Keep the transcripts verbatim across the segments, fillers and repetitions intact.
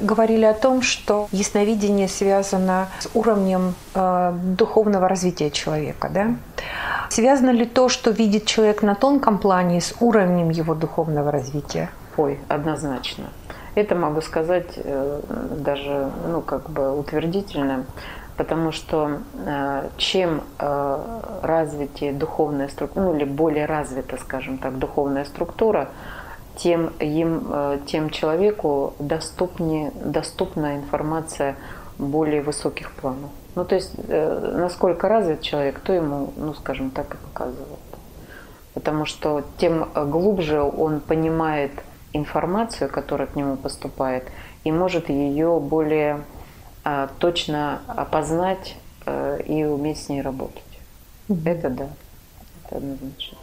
говорили о том, что ясновидение связано с уровнем э, духовного развития человека, да? Связано ли то, что видит человек на тонком плане, с уровнем его духовного развития? Ой, однозначно. Это могу сказать э, даже, ну, как бы утвердительно, потому что э, чем э, развитие духовная структура, ну или более развита, скажем так, духовная структура, тем, им, э, тем человеку доступнее, доступна информация более высоких планов. Ну то есть э, насколько развит человек, то ему, ну скажем так, и показывают. Потому что тем глубже он понимает информацию, которая к нему поступает, и может ее более а, точно опознать а, и уметь с ней работать. Mm-hmm. Это да, это однозначно.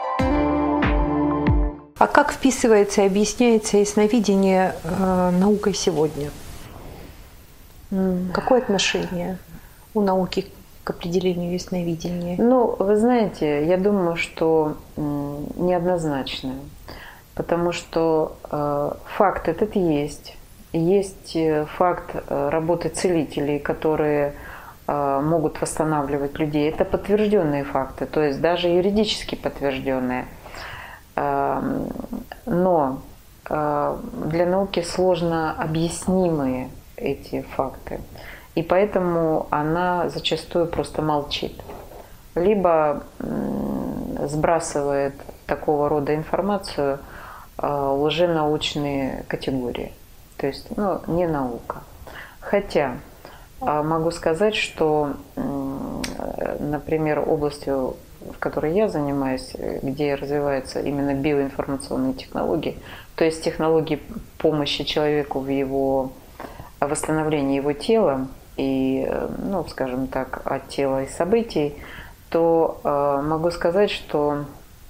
А как вписывается и объясняется ясновидение э, наукой сегодня? Mm. Какое отношение у науки к определению ясновидения? Ну, вы знаете, я думаю, что м, неоднозначное. Потому что э, факт этот есть. Есть факт э, работы целителей, которые э, могут восстанавливать людей. Это подтвержденные факты, то есть даже юридически подтвержденные. Э, но э, для науки сложно объяснимые эти факты. И поэтому она зачастую просто молчит. Либо э, сбрасывает такого рода информацию лженаучные категории, то есть ну, не наука. Хотя могу сказать, что, например, областью, в которой я занимаюсь, где развиваются именно биоинформационные технологии, то есть технологии помощи человеку в его восстановлении его тела и, ну, скажем так, от тела и событий, то могу сказать, что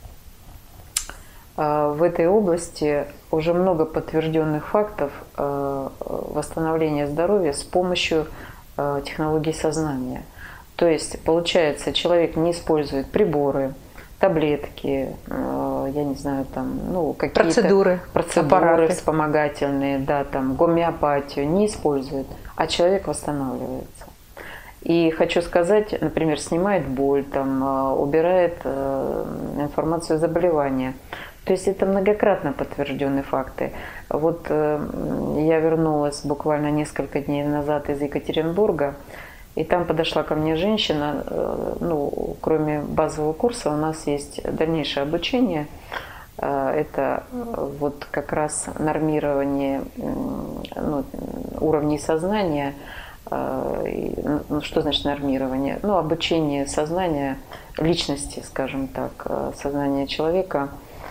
в этой области уже много подтвержденных фактов восстановления здоровья с помощью технологий сознания. То есть, получается, человек не использует приборы, таблетки, я не знаю, там, ну, какие-то процедуры, процедуры аппараты. Вспомогательные, да, там, гомеопатию не использует, а человек восстанавливается. И хочу сказать, например, снимает боль, там, убирает информацию о заболевании. То есть это многократно подтвержденные факты. Вот я вернулась буквально несколько дней назад из Екатеринбурга, и там подошла ко мне женщина, ну, кроме базового курса у нас есть дальнейшее обучение. Это вот как раз нормирование, ну, уровней сознания. Ну, что значит нормирование? Ну, обучение сознания, личности, скажем так, сознания человека,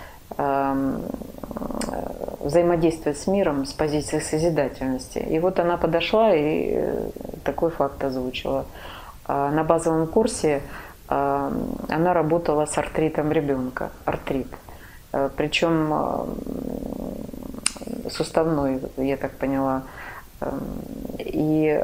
взаимодействовать с миром с позиции созидательности. И вот она подошла и такой факт озвучила. На базовом курсе она работала с артритом ребенка, артрит. Причем суставной, я так поняла. И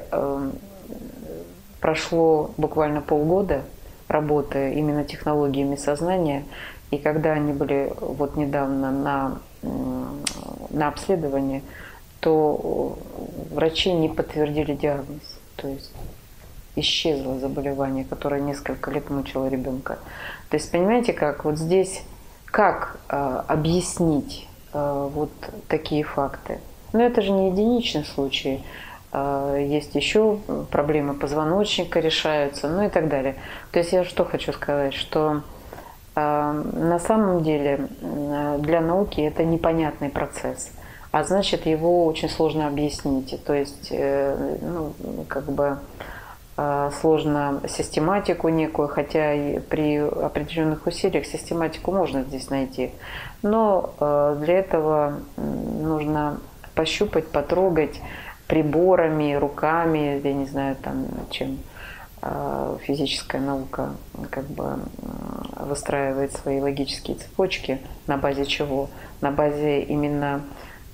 прошло буквально полгода работы именно технологиями сознания. И когда они были вот недавно на, на обследовании, то врачи не подтвердили диагноз. То есть исчезло заболевание, которое несколько лет мучило ребенка. То есть понимаете, как вот здесь, как э, объяснить э, вот такие факты? Но это же не единичный случай. Э, есть еще проблемы позвоночника решаются, ну и так далее. То есть я что хочу сказать, что на самом деле для науки это непонятный процесс, а значит его очень сложно объяснить. То есть, ну, как бы сложно систематику некую, хотя и при определенных усилиях систематику можно здесь найти. Но для этого нужно пощупать, потрогать приборами, руками, я не знаю, там чем. Физическая наука как бы выстраивает свои логические цепочки, на базе чего? На базе именно,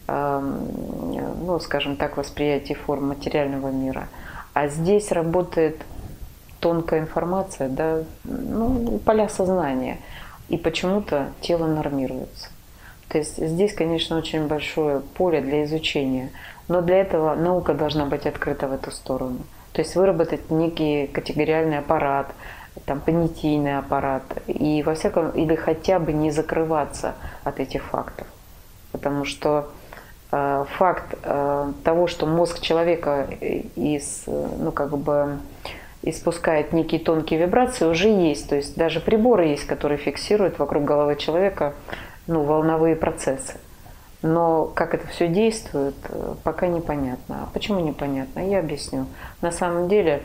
ну, скажем так, восприятия форм материального мира. А здесь работает тонкая информация, да, ну, поля сознания, и почему-то тело нормируется. То есть здесь, конечно, очень большое поле для изучения. Но для этого наука должна быть открыта в эту сторону. То есть выработать некий категориальный аппарат, там, понятийный аппарат, и во всяком, или хотя бы не закрываться от этих фактов. Потому что э, факт э, того, что мозг человека из, ну, как бы испускает некие тонкие вибрации, уже есть. То есть даже приборы есть, которые фиксируют вокруг головы человека, ну, волновые процессы. Но как это все действует, пока непонятно. А почему непонятно? Я объясню. На самом деле,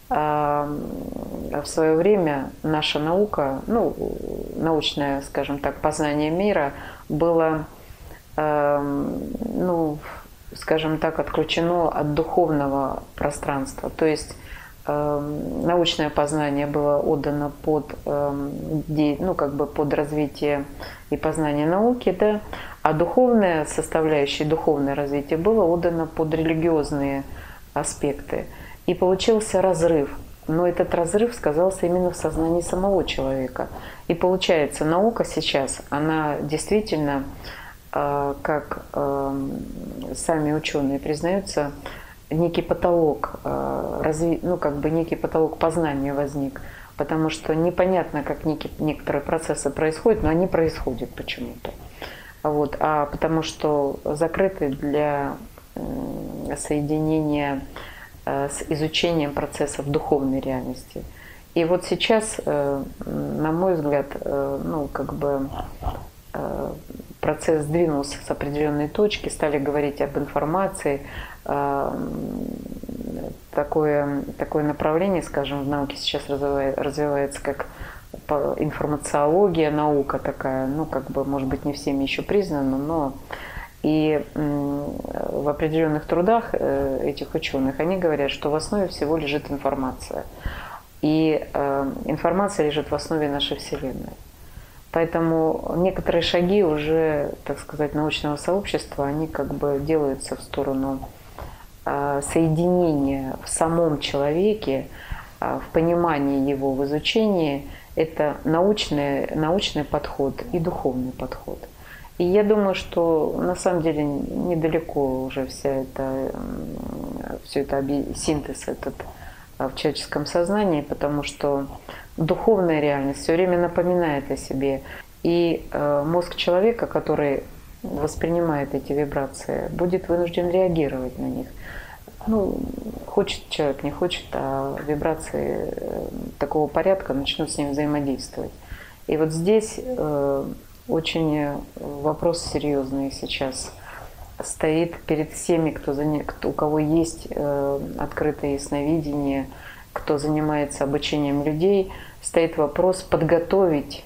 в свое время наша наука, ну, научное, скажем так, познание мира было, ну, скажем так, отключено от духовного пространства. То есть научное познание было отдано под, ну, как бы под развитие и познание науки, да, а духовная составляющая, духовное развитие было отдано под религиозные аспекты. И получился разрыв. Но этот разрыв сказался именно в сознании самого человека. И получается, наука сейчас, она действительно, как сами ученые признаются, некий потолок, ну, как бы некий потолок познания возник. Потому что непонятно, как некие, некоторые процессы происходят, но они происходят почему-то. Вот, а потому что закрыты для соединения с изучением процессов духовной реальности. И вот сейчас, на мой взгляд, ну, как бы процесс сдвинулся с определенной точки, стали говорить об информации. Такое, такое направление, скажем, в науке сейчас развивается как информациология, наука такая, ну, как бы, может быть, не всеми еще признана, но и в определенных трудах этих ученых они говорят, что в основе всего лежит информация. И информация лежит в основе нашей Вселенной. Поэтому некоторые шаги уже, так сказать, научного сообщества, они как бы делаются в сторону соединения в самом человеке, в понимании его, в изучении. Это научный, научный подход и духовный подход. И я думаю, что на самом деле недалеко уже вся эта, все это синтез этот в человеческом сознании, потому что духовная реальность все время напоминает о себе. И мозг человека, который воспринимает эти вибрации, будет вынужден реагировать на них. Ну, хочет человек, не хочет, а вибрации такого порядка начнут с ним взаимодействовать. И вот здесь э, очень вопрос серьезный сейчас стоит перед всеми, кто, кто, у кого есть э, открытое ясновидение, кто занимается обучением людей, стоит вопрос подготовить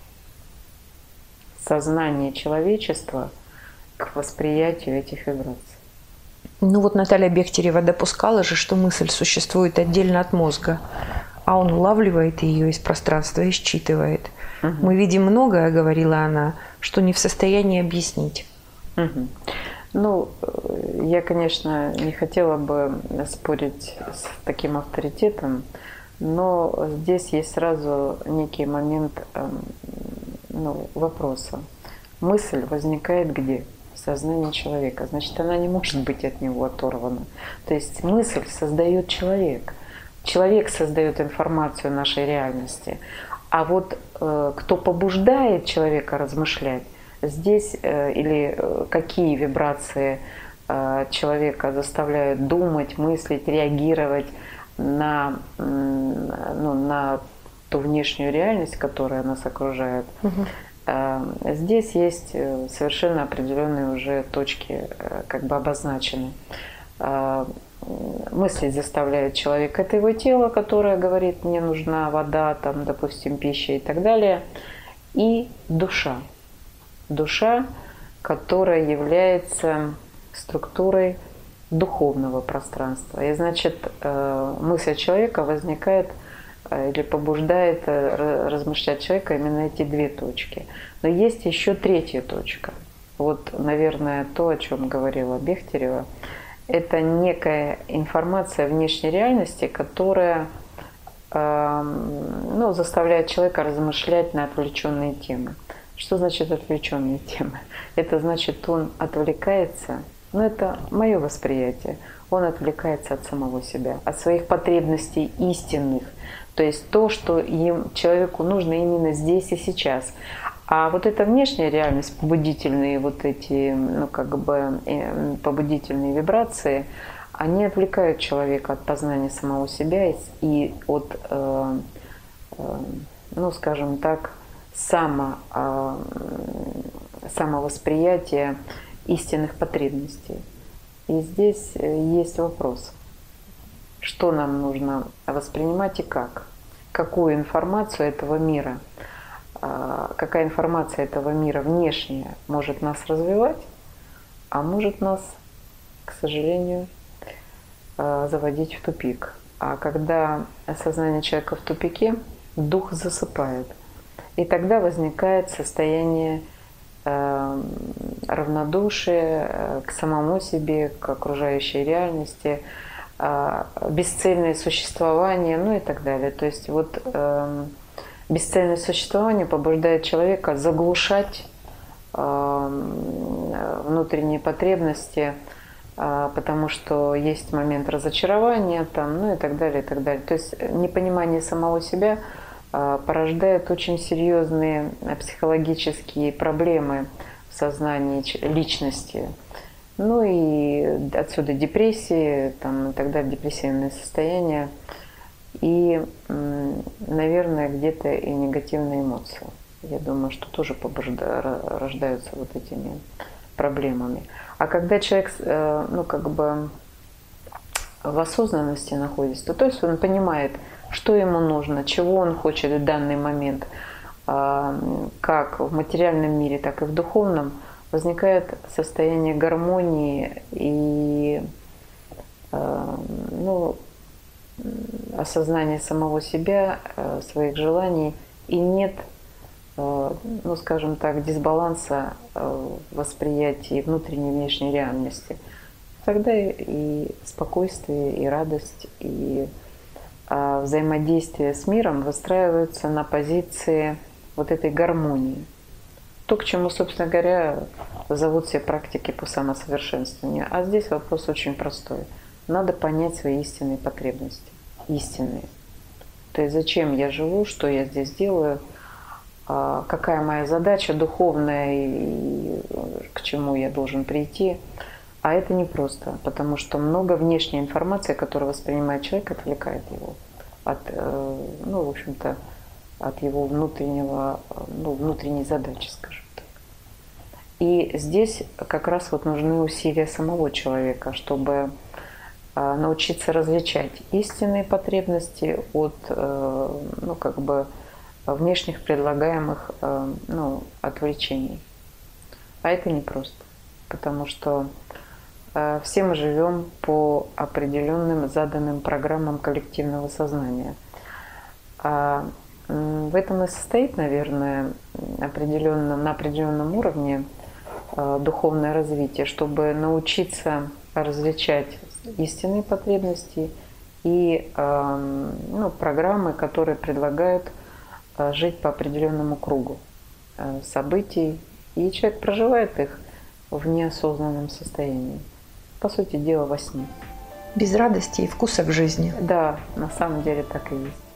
сознание человечества к восприятию этих вибраций. Ну вот Наталья Бехтерева допускала же, что мысль существует отдельно от мозга, а он улавливает ее из пространства и считывает. Угу. Мы видим многое, говорила она, что не в состоянии объяснить. Угу. Ну, я, конечно, не хотела бы спорить с таким авторитетом, но здесь есть сразу некий момент, ну, вопроса. Мысль возникает где? Сознание человека, значит, она не может быть от него оторвана. То есть мысль создает человек. Человек создает информацию нашей реальности. А вот э, кто побуждает человека размышлять, здесь э, или э, какие вибрации э, человека заставляют думать, мыслить, реагировать на, э, ну, на ту внешнюю реальность, которая нас окружает. Угу. Здесь есть совершенно определенные уже точки, как бы обозначены. Мыслить заставляет человека. Это его тело, которое говорит, мне нужна вода, там, допустим, пища и так далее. И душа. Душа, которая является структурой духовного пространства. И значит, мысль человека возникает или побуждает размышлять человека именно эти две точки. Но есть еще третья точка. Вот, наверное, то, о чем говорила Бехтерева, это некая информация внешней реальности, которая э, ну, заставляет человека размышлять на отвлеченные темы. Что значит отвлеченные темы? Это значит, он отвлекается Но это мое восприятие. Он отвлекается от самого себя, от своих потребностей истинных. То есть то, что им, человеку нужно именно здесь и сейчас. А вот эта внешняя реальность, побудительные вот эти, ну как бы побудительные вибрации, они отвлекают человека от познания самого себя и от, э, э, ну скажем так, само, э, самовосприятия истинных потребностей. И здесь есть вопрос, что нам нужно воспринимать и как, какую информацию этого мира, какая информация этого мира внешняя может нас развивать, а может нас, к сожалению, заводить в тупик. А когда сознание человека в тупике, дух засыпает. И тогда возникает состояние равнодушие к самому себе, к окружающей реальности, бесцельное существование, ну и так далее. То есть вот бесцельное существование побуждает человека заглушать внутренние потребности, потому что есть момент разочарования, там, ну и так далее, и так далее. То есть непонимание самого себя порождает очень серьезные психологические проблемы в сознании личности. Ну и отсюда депрессии там, и так далее, депрессивные состояния. И, наверное, где-то и негативные эмоции. Я думаю, что тоже рождаются вот этими проблемами. А когда человек, ну, как бы в осознанности находится, то есть он понимает, что ему нужно, чего он хочет в данный момент, как в материальном мире, так и в духовном, возникает состояние гармонии и, ну, осознание самого себя, своих желаний, и нет, ну, скажем так, дисбаланса в восприятии внутренней и внешней реальности. Тогда и спокойствие, и радость, и взаимодействие с миром выстраиваются на позиции вот этой гармонии. То, к чему, собственно говоря, зовут все практики по самосовершенствованию. А здесь вопрос очень простой. Надо понять свои истинные потребности. Истинные. То есть зачем я живу, что я здесь делаю, какая моя задача духовная и к чему я должен прийти. А это непросто, потому что много внешней информации, которую воспринимает человек, отвлекает его от, ну, в общем-то, от его внутреннего, ну, внутренней задачи, скажем так. И здесь как раз вот нужны усилия самого человека, чтобы научиться различать истинные потребности от, ну, как бы внешних предлагаемых, ну, отвлечений. А это непросто, потому что все мы живем по определенным заданным программам коллективного сознания. А в этом и состоит, наверное, определенном, на определенном уровне духовное развитие, чтобы научиться различать истинные потребности и, ну, программы, которые предлагают жить по определенному кругу событий, и человек проживает их в неосознанном состоянии. По сути дела, во сне. Без радости и вкуса к жизни. Да, на самом деле так и есть.